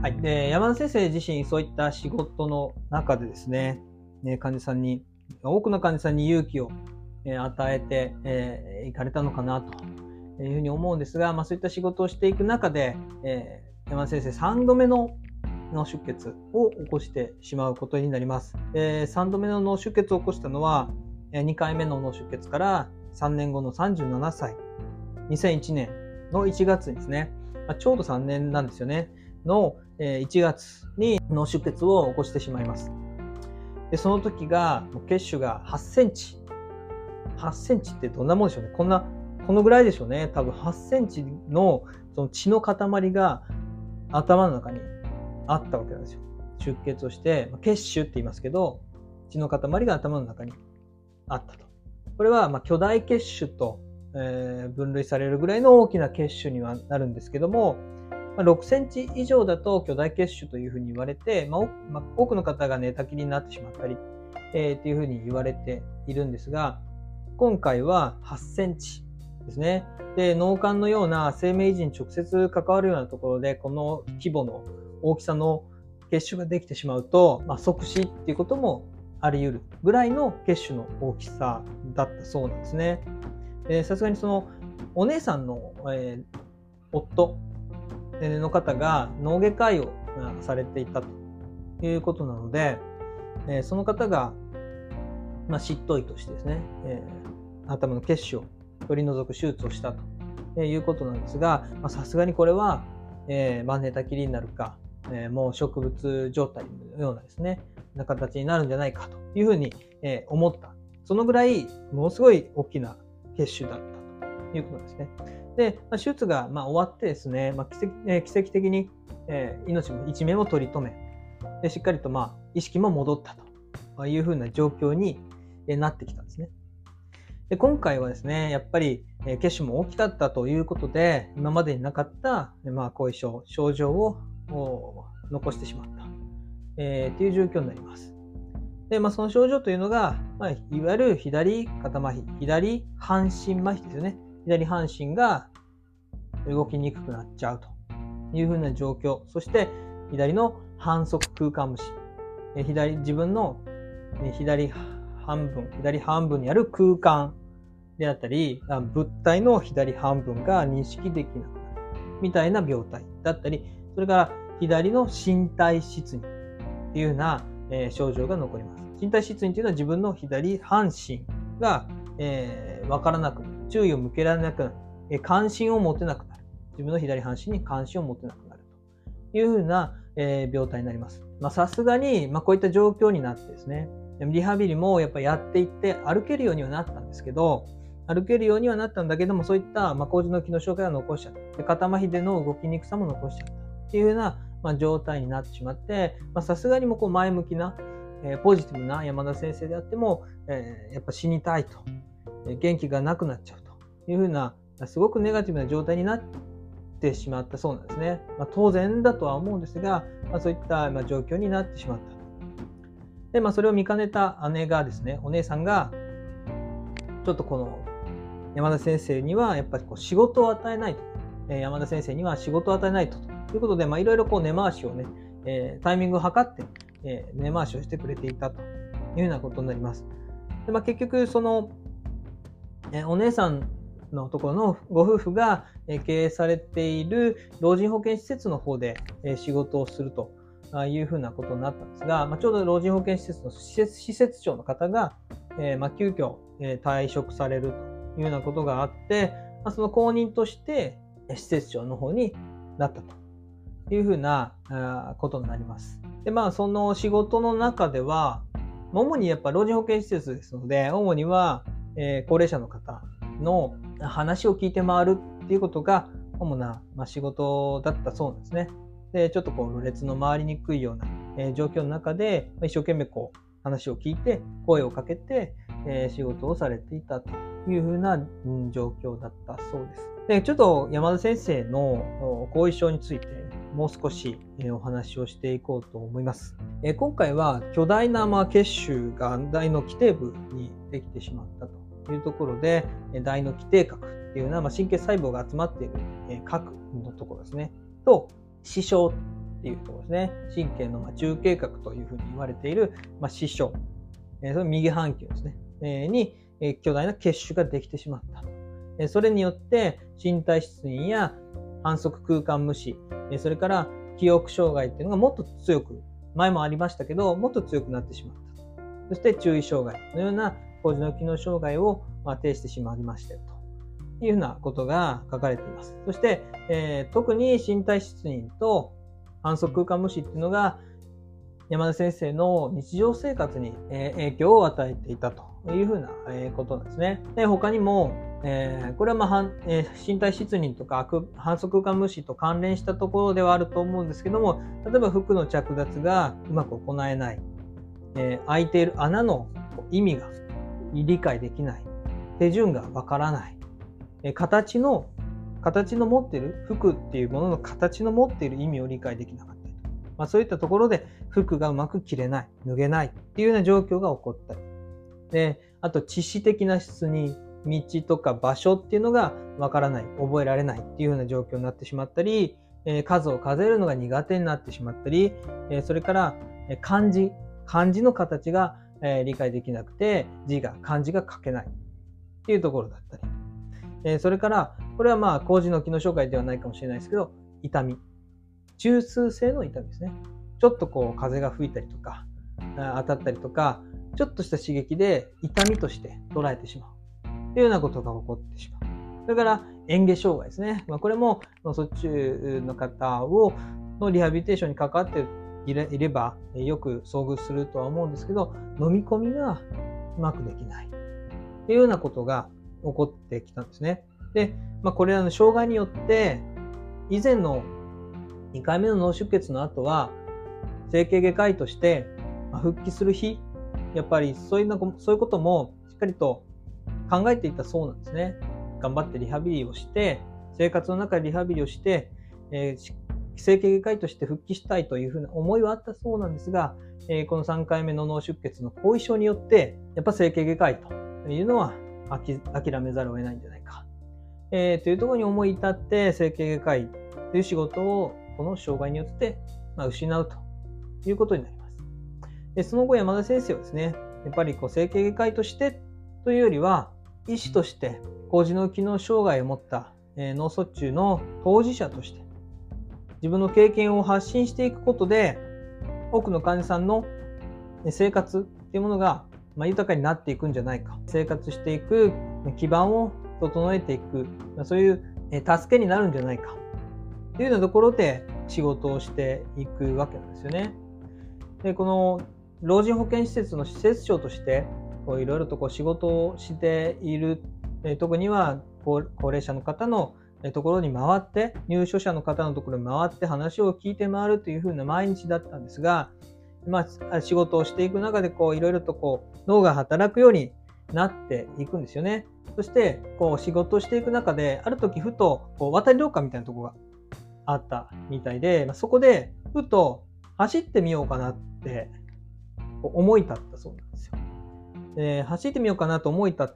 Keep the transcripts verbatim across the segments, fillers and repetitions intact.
はい。で、山田先生自身、そういった仕事の中でですね、ね患者さんに、多くの患者さんに勇気を与えて、えー、いかれたのかなというふうに思うんですが、まあ、そういった仕事をしていく中で、えー、山田先生、さんどめの脳出血を起こしてしまうことになります。えー、さんどめの脳出血を起こしたのは、にかいめの脳出血からさんねんごのさんじゅうななさい、にせんいちねんのいちがつにですね、まあ、ちょうどさんねんなんですよね、のいちがつに脳出血を起こしてしまいます。で、その時が、血腫がはちセンチ。はちセンチってどんなもんでしょうね。こんな、このぐらいでしょうね。多分はちセンチのその血の塊が頭の中にあったわけなんですよ。出血をして、血腫って言いますけど、血の塊が頭の中にあったと。これはまあ巨大血腫と、えー、分類されるぐらいの大きな血腫にはなるんですけども、まあ、ろくセンチ以上だと巨大血腫というふうに言われて、まあまあ、多くの方が寝たきりになってしまったり、えー、っていうふうに言われているんですが、今回ははちセンチですね。で、脳幹のような生命維持に直接関わるようなところで、この規模の大きさの血腫ができてしまうと、まあ、即死っていうこともあり得るぐらいの血腫の大きさだったそうなんですね。さすがにそのお姉さんの、えー、夫の方が脳外科医をされていたということなので、えー、その方が、まあ、執刀医としてですね、えー、頭の血腫を取り除く手術をしたということなんですが、さすがにこれは、えーまあ、寝たきりになるか、えー、もう植物状態のようなですね、な形になるんじゃないかというふうに、えー、思った。そのぐらい、ものすごい大きな血腫だったということですね。で、まあ、手術がまあ終わってですね、まあ、奇跡、えー、奇跡的に、えー、命も一命も取り留め、でしっかりとまあ意識も戻ったというふうな状況になってきたんですね。で、今回はですね、やっぱり血腫も大きかったということで、今までになかった、まあ、後遺症、症状を残してしまった、えー、という状況になります。で、まあ、その症状というのが、まあ、いわゆる左肩麻痺、左半身麻痺ですよね。左半身が動きにくくなっちゃうというふうな状況。そして、左の反則空間無視。左、自分の左半分、左半分にある空間であったり、物体の左半分が認識できなくなるみたいな病態だったり、それから左の身体失認っていうような、えー、症状が残ります。身体失認というのは自分の左半身が、えー、分からなくなる。注意を向けられなくなる。えー、関心を持てなくなる。自分の左半身に関心を持てなくなるというふうな、えー、病態になります。まあ、さすがに、まあ、こういった状況になってですね、リハビリもやっぱりやっていって歩けるようにはなったんですけど、歩けるようにはなったんだけども、そういった、まあ、麹の機能障害を残しちゃった。で、肩麻痺での動きにくさも残しちゃったっていうような、まあ、状態になってしまって、さすがにもこう前向きな、えー、ポジティブな山田先生であっても、えー、やっぱ死にたいと、えー、元気がなくなっちゃうというふうな、すごくネガティブな状態になってしまったそうなんですね。まあ、当然だとは思うんですが、まあ、そういった、まあ、状況になってしまった。で、まあ、それを見かねた姉がですね、お姉さんが、ちょっとこの、山田先生にはやっぱりこう仕事を与えないと。えー、山田先生には仕事を与えないと。ということで、まあ、いろいろこう根回しをね、えー、タイミングを測って、えー、根回しをしてくれていたというようなことになります。で、まあ、結局、その、えー、お姉さんのところのご夫婦が経営されている老人保健施設の方で仕事をするというふうなことになったんですが、まあ、ちょうど老人保健施設の施設、施設長の方が、えーまあ、急遽退職されるというようなことがあって、まあ、その後任として施設長の方になったというふうなことになります。で、まあ、その仕事の中では、主にやっぱ老人保健施設ですので、主には、えー、高齢者の方の話を聞いて回るっていうことが主な、まあ、仕事だったそうなんですね。で、ちょっとこう、ろれつの回りにくいような、えー、状況の中で、一生懸命こう、話を聞いて、声をかけて、えー、仕事をされていたというふうな、うん、状況だったそうです。で、ちょっと山田先生の後遺症について、もう少しお話をしていこうと思います。えー、今回は巨大なまあ血腫が大脳基底部にできてしまったというところで、大脳基底核っていうような、まあ、神経細胞が集まっている核のところですね。と、視床っっていうところですね。神経のまあ中計画というふうに言われている、まあ、視床、えー、その右半球ですね、えー、に、えー、巨大な血腫ができてしまった。えー、それによって身体失認や反則空間無視、えー、それから記憶障害っていうのがもっと強く、前もありましたけど、もっと強くなってしまった。そして注意障害のような高次脳機能障害をまあ呈してしまいましたよというふうなことが書かれています。そして、えー、特に身体失認と反則空間無視っていうのが山田先生の日常生活に影響を与えていたというふうなことなんですね。で、他にも、えー、これはまあ、えー、身体失認とか反則空間無視と関連したところではあると思うんですけども、例えば服の着脱がうまく行えない、えー、開いている穴の意味が理解できない、手順がわからない、えー、形の形の持っている服っていうものの形の持っている意味を理解できなかったり、まあ、そういったところで服がうまく着れない、脱げないっていうような状況が起こったり、で、あと知識的な質に道とか場所っていうのがわからない、覚えられないっていうような状況になってしまったり、えー、数を数えるのが苦手になってしまったり、えー、それから漢字、漢字の形が、えー、理解できなくて字が漢字が書けないっていうところだったり、えー、それからこれはまあ高次脳機能障害ではないかもしれないですけど、痛み、中枢性の痛みですね。ちょっとこう風が吹いたりとか当たったりとか、ちょっとした刺激で痛みとして捉えてしまうというようなことが起こってしまう。それから嚥下障害ですね。まあ、これも脳卒中の方をのリハビリテーションに関わっていれ、いればよく遭遇するとは思うんですけど、飲み込みがうまくできないというようなことが起こってきたんですね。で、まあ、これらの障害によって以前のにかいめの脳出血の後は整形外科医として復帰する日、やっぱりそういうの、そういうこともしっかりと考えていたそうなんですね。頑張ってリハビリをして、生活の中でリハビリをして、えー、整形外科医として復帰したいというふうな思いはあったそうなんですが、えー、このさんかいめの脳出血の後遺症によって、やっぱ整形外科医というのは諦めざるを得ないんじゃないか、えー、というところに思い至って、整形外科医という仕事をこの障害によって、まあ、失うということになります。で、その後山田先生はですね、やっぱりこう整形外科医としてというよりは、医師として高次脳機能障害を持った、えー、脳卒中の当事者として自分の経験を発信していくことで、多くの患者さんの生活っていうものが、まあ、豊かになっていくんじゃないか、生活していく基盤を整えていく、そういう助けになるんじゃないかというようなところで仕事をしていくわけなんですよね。で、この老人保健施設の施設長としていろいろとこう仕事をしている、特には高齢者の方のところに回って、入所者の方のところに回って話を聞いて回るというふうな毎日だったんですが、まあ、仕事をしていく中でこういろいろとこう脳が働くようになっていくんですよね。そしてこう仕事をしていく中で、ある時ふとこう渡り廊下みたいなところがあったみたいで、そこでふと走ってみようかなって思い立ったそうなんですよ。で、走ってみようかなと思い立って、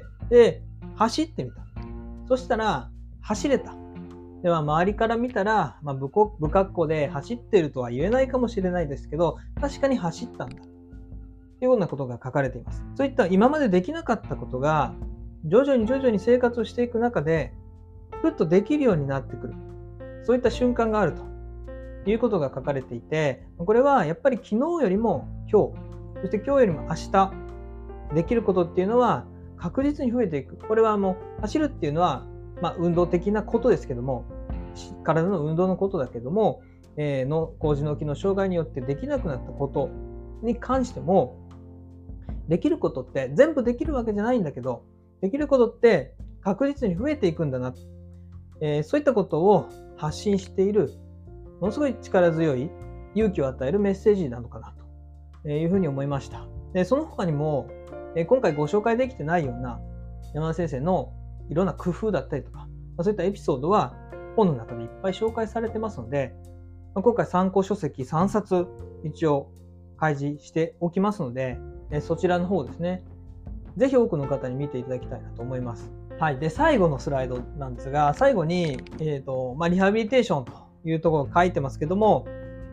で、走ってみた。そしたら走れた。では周りから見たら、まあ、不不格好で走ってるとは言えないかもしれないですけど、確かに走ったんだというようなことが書かれています。そういった今までできなかったことが徐々に徐々に生活をしていく中でふっとできるようになってくる、そういった瞬間があるということが書かれていて、これはやっぱり昨日よりも今日、そして今日よりも明日できることっていうのは確実に増えていく。これはもう走るっていうのはまあ、運動的なことですけども、体の運動のことだけども、えー、の高次脳機能障害によってできなくなったことに関しても、できることって全部できるわけじゃないんだけど、できることって確実に増えていくんだな、えー、そういったことを発信している、ものすごい力強い勇気を与えるメッセージなのかなというふうに思いました。で、その他にも、えー、今回ご紹介できてないような山田先生のいろんな工夫だったりとか、そういったエピソードは本の中でいっぱい紹介されてますので、今回参考書籍さんさつ一応開示しておきますので、そちらの方ですね、ぜひ多くの方に見ていただきたいなと思います。はい。で、最後のスライドなんですが、最後に、えっと、まあ、リハビリテーションというところが書いてますけども、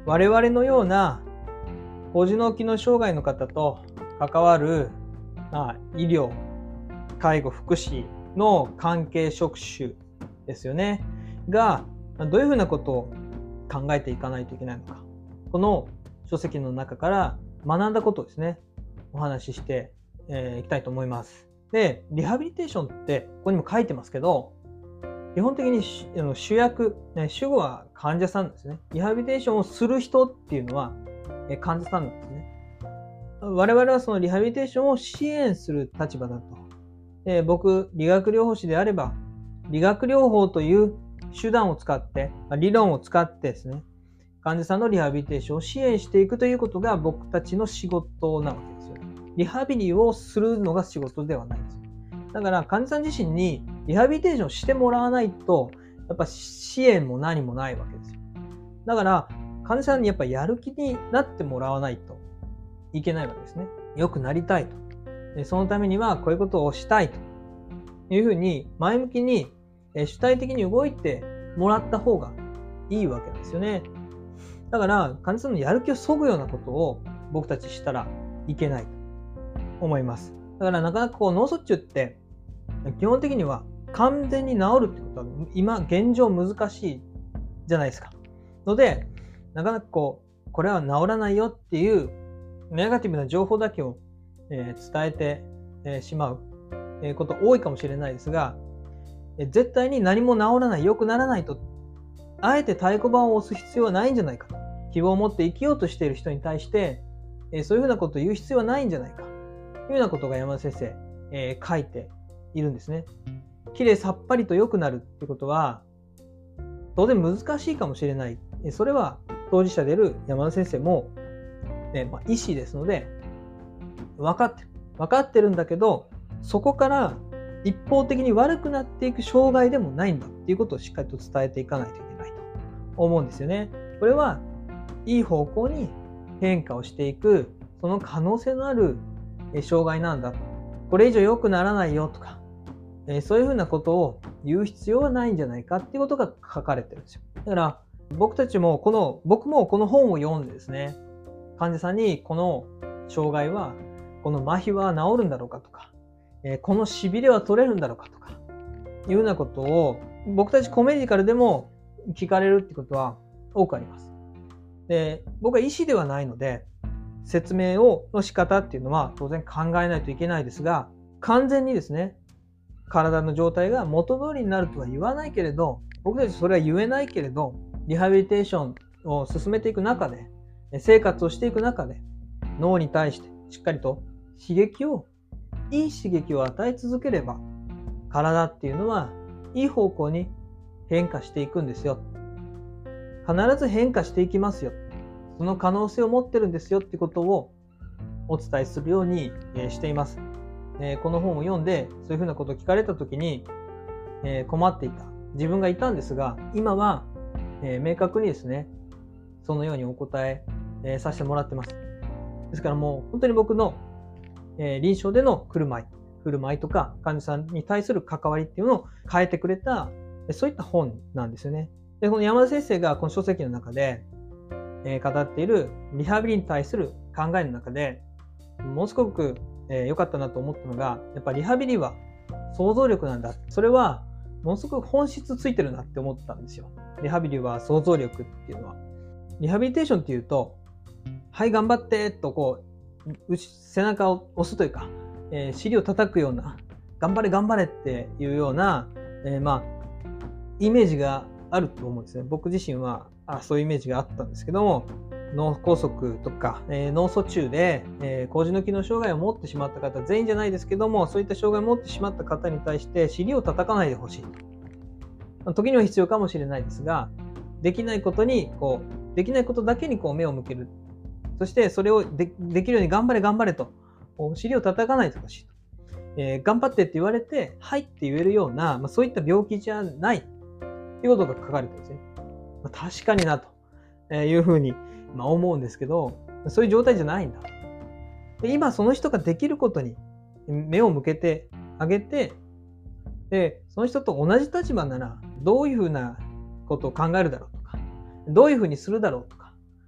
我々のような高次脳機能障害の方と関わる、まあ、医療、介護、福祉の関係職種ですよね。が、どういうふうなことを考えていかないといけないのか。この書籍の中から学んだことをですね、お話ししてい、えー、きたいと思います。で、リハビリテーションって、ここにも書いてますけど、基本的に主役、主語は患者さんですね。リハビリテーションをする人っていうのは患者さんなんですね。我々はそのリハビリテーションを支援する立場だと。で、僕、理学療法士であれば、理学療法という手段を使って、理論を使ってですね、患者さんのリハビリテーションを支援していくということが僕たちの仕事なわけですよ。リハビリをするのが仕事ではないんです。だから患者さん自身にリハビリテーションしてもらわないと、やっぱ支援も何もないわけですよ。だから患者さんにやっぱやる気になってもらわないといけないわけですね。良くなりたいと。でそのためにはこういうことをしたいというふうに前向きに主体的に動いてもらった方がいいわけですよね。だから患者さんのやる気を削ぐようなことを僕たちしたらいけないと思います。だからなかなかこう脳卒中って基本的には完全に治るってことは今現状難しいじゃないですか。のでなかなかこうこれは治らないよっていうネガティブな情報だけを、えー、伝えて、えー、しまう、えー、こと多いかもしれないですが、えー、絶対に何も治らない良くならないとあえて太鼓判を押す必要はないんじゃないかと。希望を持って生きようとしている人に対して、えー、そういうふうなことを言う必要はないんじゃないかというようなことが山田先生、えー、書いているんですね。きれいさっぱりと良くなるってことは当然難しいかもしれない。それは当事者である山田先生も、ねまあ、医師ですので分かってる。分かってるんだけど、そこから一方的に悪くなっていく障害でもないんだっていうことをしっかりと伝えていかないといけないと思うんですよね。これはいい方向に変化をしていくその可能性のある障害なんだと。これ以上良くならないよとか、そういうふうなことを言う必要はないんじゃないかっていうことが書かれてるんですよ。だから僕たちもこの僕もこの本を読んでですね、患者さんにこの障害はこの麻痺は治るんだろうかとか、このしびれは取れるんだろうかとかいうようなことを僕たちコメディカルでも聞かれるってことは多くあります。で、僕は医師ではないので説明をの仕方っていうのは当然考えないといけないですが、完全にですね体の状態が元通りになるとは言わないけれど、僕たちそれは言えないけれど、リハビリテーションを進めていく中で生活をしていく中で脳に対してしっかりと刺激をいい刺激を与え続ければ体っていうのはいい方向に変化していくんですよ。必ず変化していきますよ。その可能性を持ってるんですよってことをお伝えするようにしています。この本を読んでそういうふうなことを聞かれた時に困っていた自分がいたんですが、今は明確にですねそのようにお答えさせてもらってます。ですからもう本当に僕の臨床での振る舞い振る舞いとか患者さんに対する関わりっていうのを変えてくれたそういった本なんですよね。で、この山田先生がこの書籍の中で語っているリハビリに対する考えの中でものすごく良かったなと思ったのが、やっぱりリハビリは想像力なんだ。それはものすごく本質ついてるなって思ったんですよ。リハビリは想像力っていうのは。リハビリテーションっていうと、はい頑張ってとこう背中を押すというか、えー、尻を叩くような頑張れ頑張れっていうような、えー、まあイメージがあると思うんですね。僕自身はあそういうイメージがあったんですけども、脳梗塞とか、えー、脳卒中で、えー、高次脳機能障害を持ってしまった方全員じゃないですけども、そういった障害を持ってしまった方に対して尻を叩かないでほしいと。時には必要かもしれないですが、できないことにこうできないことだけにこう目を向ける。そしてそれを で, できるように頑張れ頑張れと尻を叩かないでほしいと、えー、頑張ってって言われてはいって言えるような、まあ、そういった病気じゃないということが書かれてるんですね。まあ、確かになというふうにまあ思うんですけど、そういう状態じゃないんだ。で、今その人ができることに目を向けてあげて、でその人と同じ立場ならどういうふうなことを考えるだろうとか、どういうふうにするだろうとか、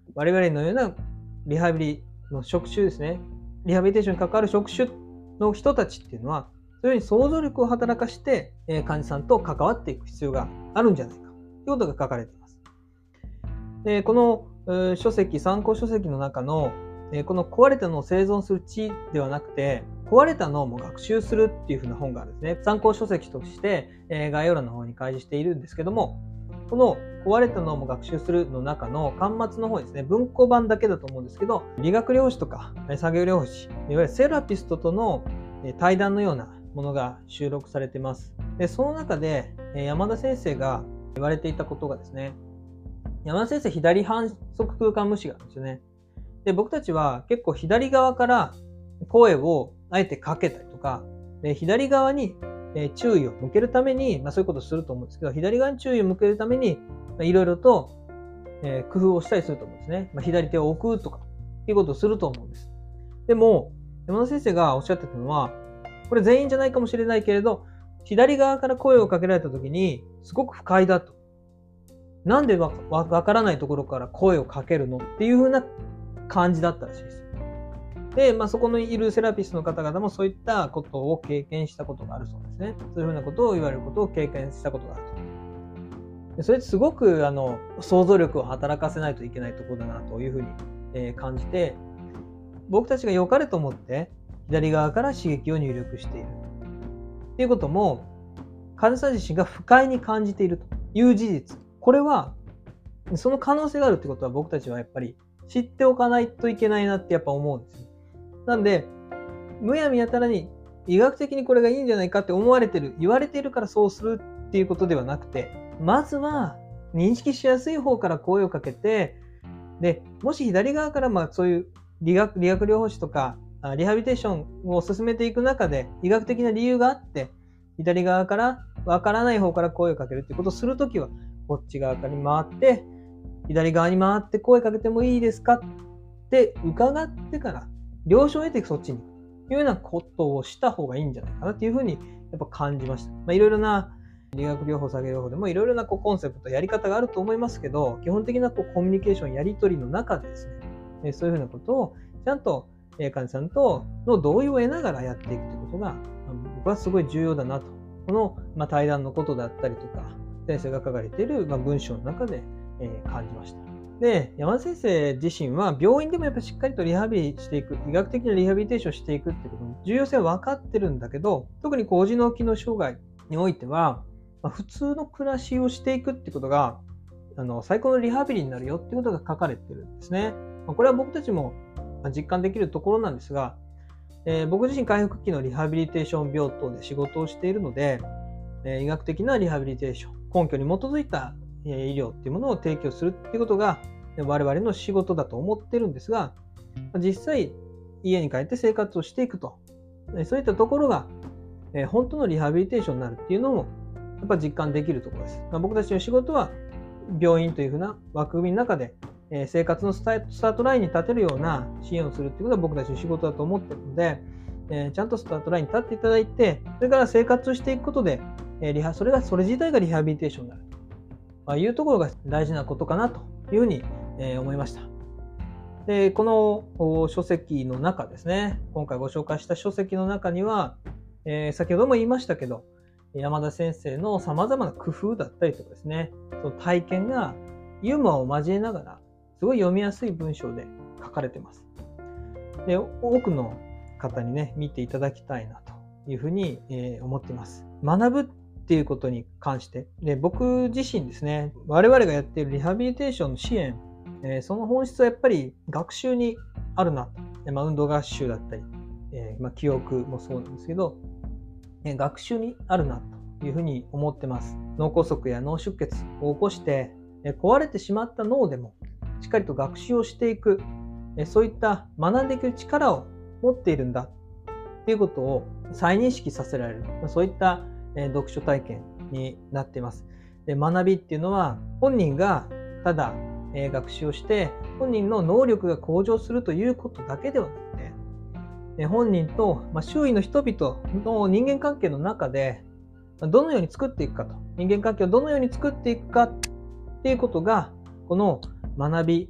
我々のようなリハビリの職種ですね、リハビリテーションに関わる職種の人たちっていうのは、そういうふうに想像力を働かして、えー、患者さんと関わっていく必要があるんじゃないかということが書かれています。で、この、えー、書籍、参考書籍の中の、えー、この壊れた脳を生存する知ではなくて、壊れた脳も学習するっていうふうな本があるんですね。参考書籍として、えー、概要欄の方に開示しているんですけども、この壊れた脳も学習するの中の巻末の方ですね、文庫版だけだと思うんですけど、理学療法士とか作業療法士、いわゆるセラピストとの対談のようなものが収録されています。で、その中で山田先生が言われていたことがですね、山田先生、左反則空間無視があるんですよね。で、僕たちは結構左側から声をあえてかけたりとか、で左側に注意を向けるために、まあ、そういうことをすると思うんですけど、左側に注意を向けるために、いろいろと、えー、工夫をしたりすると思うんですね。まあ、左手を置くとか、っていうことをすると思うんです。でも、山田先生がおっしゃってたのは、これ全員じゃないかもしれないけれど、左側から声をかけられたときに、すごく不快だと。なんでわ、わ、わからないところから声をかけるのっていう風な感じだったらしいです。で、まあ、そこにいるセラピストの方々もそういったことを経験したことがあるそうですね。そういうふうなことを言われることを経験したことがあると。でそれってすごくあの想像力を働かせないといけないところだなというふうに、えー、感じて、僕たちが良かれと思って左側から刺激を入力しているっていうことも、患者さん自身が不快に感じているという事実。これは、その可能性があるってことは僕たちはやっぱり知っておかないといけないなってやっぱ思うんですよ。なんで、むやみやたらに医学的にこれがいいんじゃないかって思われてる、言われているからそうするっていうことではなくて、まずは認識しやすい方から声をかけて、で、もし左側からまあそういう理学、理学療法士とかリハビリテーションを進めていく中で医学的な理由があって、左側からわからない方から声をかけるっていうことをするときは、こっち側から回って、左側に回って声かけてもいいですかって伺ってから、了承を得てそっちに行くというようなことをした方がいいんじゃないかなっていうふうにやっぱ感じました。まあ、いろいろな理学療法、作業療法でもいろいろなこうコンセプト、やり方があると思いますけど、基本的なこうコミュニケーション、やり取りの中でですね、そういうふうなことをちゃんと患者さんとの同意を得ながらやっていくということが、僕はすごい重要だなと。この、まあ、対談のことだったりとか、先生が書かれている、まあ、文章の中で、えー、感じました。で、山田先生自身は病院でもやっぱりしっかりとリハビリしていく、医学的なリハビリテーションしていくっていうことの重要性は分かってるんだけど、特に高次脳機能障害においては、まあ、普通の暮らしをしていくってことが、あの、最高のリハビリになるよってことが書かれてるんですね。まあ、これは僕たちも実感できるところなんですが、えー、僕自身回復期のリハビリテーション病棟で仕事をしているので、えー、医学的なリハビリテーション、根拠に基づいた医療っていうものを提供するっていうことが我々の仕事だと思ってるんですが、実際家に帰って生活をしていくと、そういったところが本当のリハビリテーションになるっていうのもやっぱ実感できるところです。僕たちの仕事は病院というふうな枠組みの中で生活のスタートラインに立てるような支援をするっていうことは僕たちの仕事だと思ってるので、ちゃんとスタートラインに立っていただいて、それから生活をしていくことでリハそれがそれ自体がリハビリテーションになるというところが大事なことかなというふうに思いました。で、この書籍の中ですね、今回ご紹介した書籍の中には、えー、先ほども言いましたけど、山田先生の様々な工夫だったりとかですね、その体験がユーモアを交えながら、すごい読みやすい文章で書かれています。で、多くの方にね、見ていただきたいなというふうに思っています。学ぶっていうことに関して、で、僕自身ですね、我々がやっているリハビリテーションの支援、えー、その本質はやっぱり学習にあるなと。まあ、運動学習だったり、えーまあ、記憶もそうなんですけど、えー、学習にあるなというふうに思ってます。脳梗塞や脳出血を起こして、えー、壊れてしまった脳でもしっかりと学習をしていく、えー、そういった学んでいく力を持っているんだっていうことを再認識させられる、まあ、そういった、えー、読書体験になっています。で、学びっていうのは本人がただ学習をして本人の能力が向上するということだけではなくて、本人と周囲の人々の人間関係の中でどのように作っていくかと、人間関係をどのように作っていくかっていうことがこの学び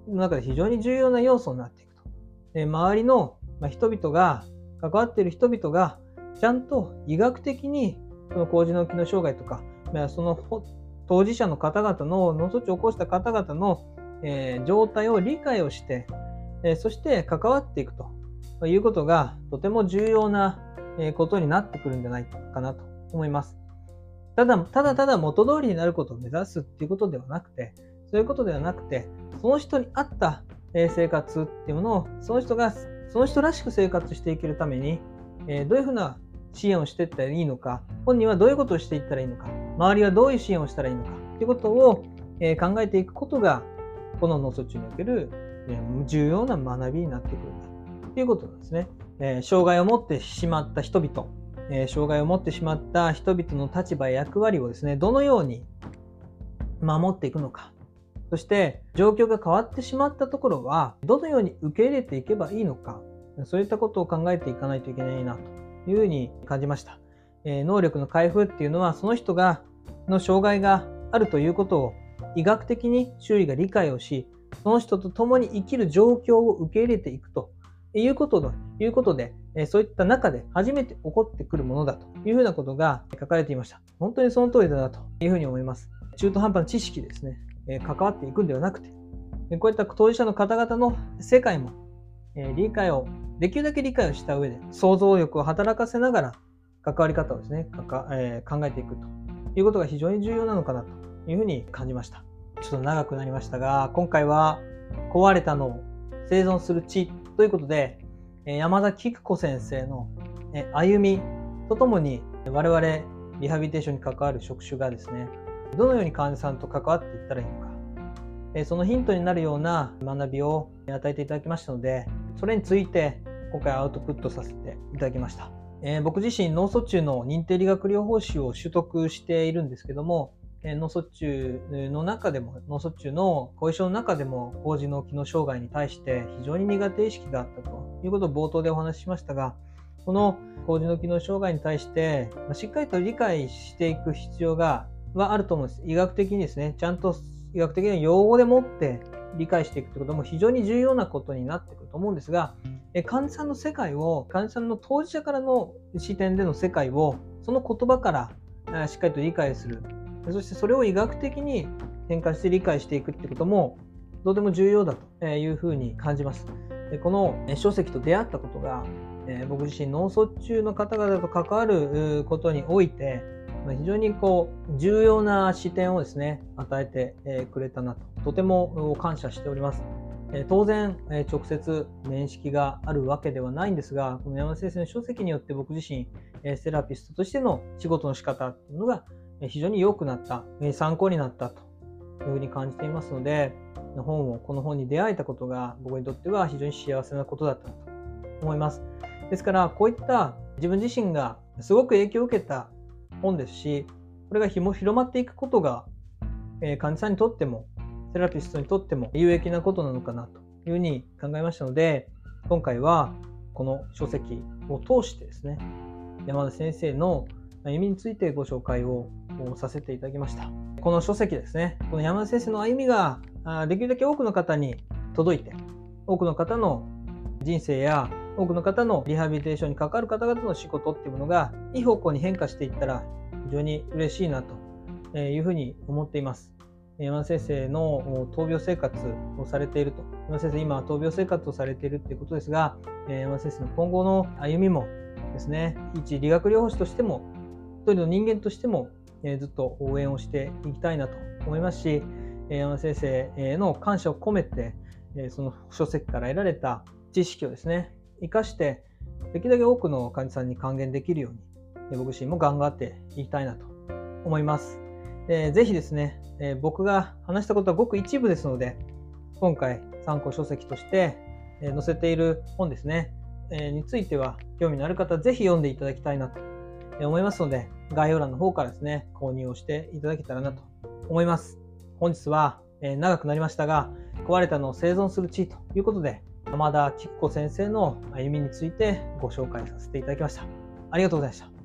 の中で非常に重要な要素になっていくと。で、周りの人々が、関わっている人々が、ちゃんと医学的にその高次脳機能障害とか、その当事者の方々の脳卒中を起こした方々の、えー、状態を理解をして、えー、そして関わっていくということがとても重要なことになってくるんじゃないかなと思います。ただ、ただただ元通りになることを目指すっていうことではなくて、そういうことではなくて、その人に合った生活っていうものを、その人が、その人らしく生活していけるために、えー、どういうふうな支援をしていったらいいのか、本人はどういうことをしていったらいいのか、周りはどういう支援をしたらいいのかということを考えていくことが、この脳卒中における重要な学びになってくるんだということなんですね。障害を持ってしまった人々、障害を持ってしまった人々の立場や役割をですね、どのように守っていくのか、そして状況が変わってしまったところはどのように受け入れていけばいいのか、そういったことを考えていかないといけないなというふうに感じました。えー、能力の回復っていうのは、その人がの障害があるということを医学的に周囲が理解をし、その人と共に生きる状況を受け入れていくということということで、えー、そういった中で初めて起こってくるものだというふうなことが書かれていました。本当にその通りだなというふうに思います。中途半端な知識ですね、えー、関わっていくんではなくて、こういった当事者の方々の世界も、えー、理解をできるだけ理解をした上で、想像力を働かせながら関わり方をですね、かかえー、考えていくということが非常に重要なのかなというふうに感じました。ちょっと長くなりましたが、今回は壊れた脳、生存する知ということで、山田菊子先生の歩みとともに我々リハビリテーションに関わる職種がですね、どのように患者さんと関わっていったらいいのか、そのヒントになるような学びを与えていただきましたので、それについて今回アウトプットさせていただきました。えー、僕自身脳卒中の認定理学療法士を取得しているんですけども、えー、脳卒中の中でも脳卒中の後遺症の中でも高次脳機能障害に対して非常に苦手意識があったということを冒頭でお話ししましたが、この高次脳機能障害に対してしっかりと理解していく必要がはあると思うんです。医学的にですね、ちゃんと医学的な用語でもって理解していくということも非常に重要なことになってくると思うんですが、患者さんの世界を、患者さんの当事者からの視点での世界を、その言葉からしっかりと理解する。そしてそれを医学的に変換して理解していくってことも、とても重要だというふうに感じます。この書籍と出会ったことが、僕自身脳卒中の方々と関わることにおいて、非常にこう重要な視点をですね、与えてくれたなと、とても感謝しております。当然、直接面識があるわけではないんですが、この山田先生の書籍によって僕自身、セラピストとしての仕事の仕方というのが非常に良くなった、参考になったというふうに感じていますので、本を、この本に出会えたことが僕にとっては非常に幸せなことだったと思います。ですから、こういった自分自身がすごく影響を受けた本ですし、これが広まっていくことが、患者さんにとっても、セラピストにとっても有益なことなのかなというふうに考えましたので、今回はこの書籍を通してですね、山田先生の歩みについてご紹介をさせていただきました。この書籍ですね、この山田先生の歩みができるだけ多くの方に届いて、多くの方の人生や多くの方のリハビリテーションに関わる方々の仕事っていうものがいい方向に変化していったら非常に嬉しいなというふうに思っています。山田先生の闘病生活をされていると。山田先生、今、闘病生活をされているということですが、山田先生の今後の歩みもですね、一理学療法士としても、一人の人間としても、ずっと応援をしていきたいなと思いますし、山田先生への感謝を込めて、その書籍から得られた知識をですね、生かして、できるだけ多くの患者さんに還元できるように、僕自身も頑張っていきたいなと思います。えー、ぜひですね、えー、僕が話したことはごく一部ですので、今回参考書籍として、えー、載せている本ですね、えー、については興味のある方はぜひ読んでいただきたいなと思いますので、概要欄の方からですね、購入をしていただけたらなと思います。本日は、えー、長くなりましたが、壊れたのを生存する知ということで、山田菊子先生の歩みについてご紹介させていただきました。ありがとうございました。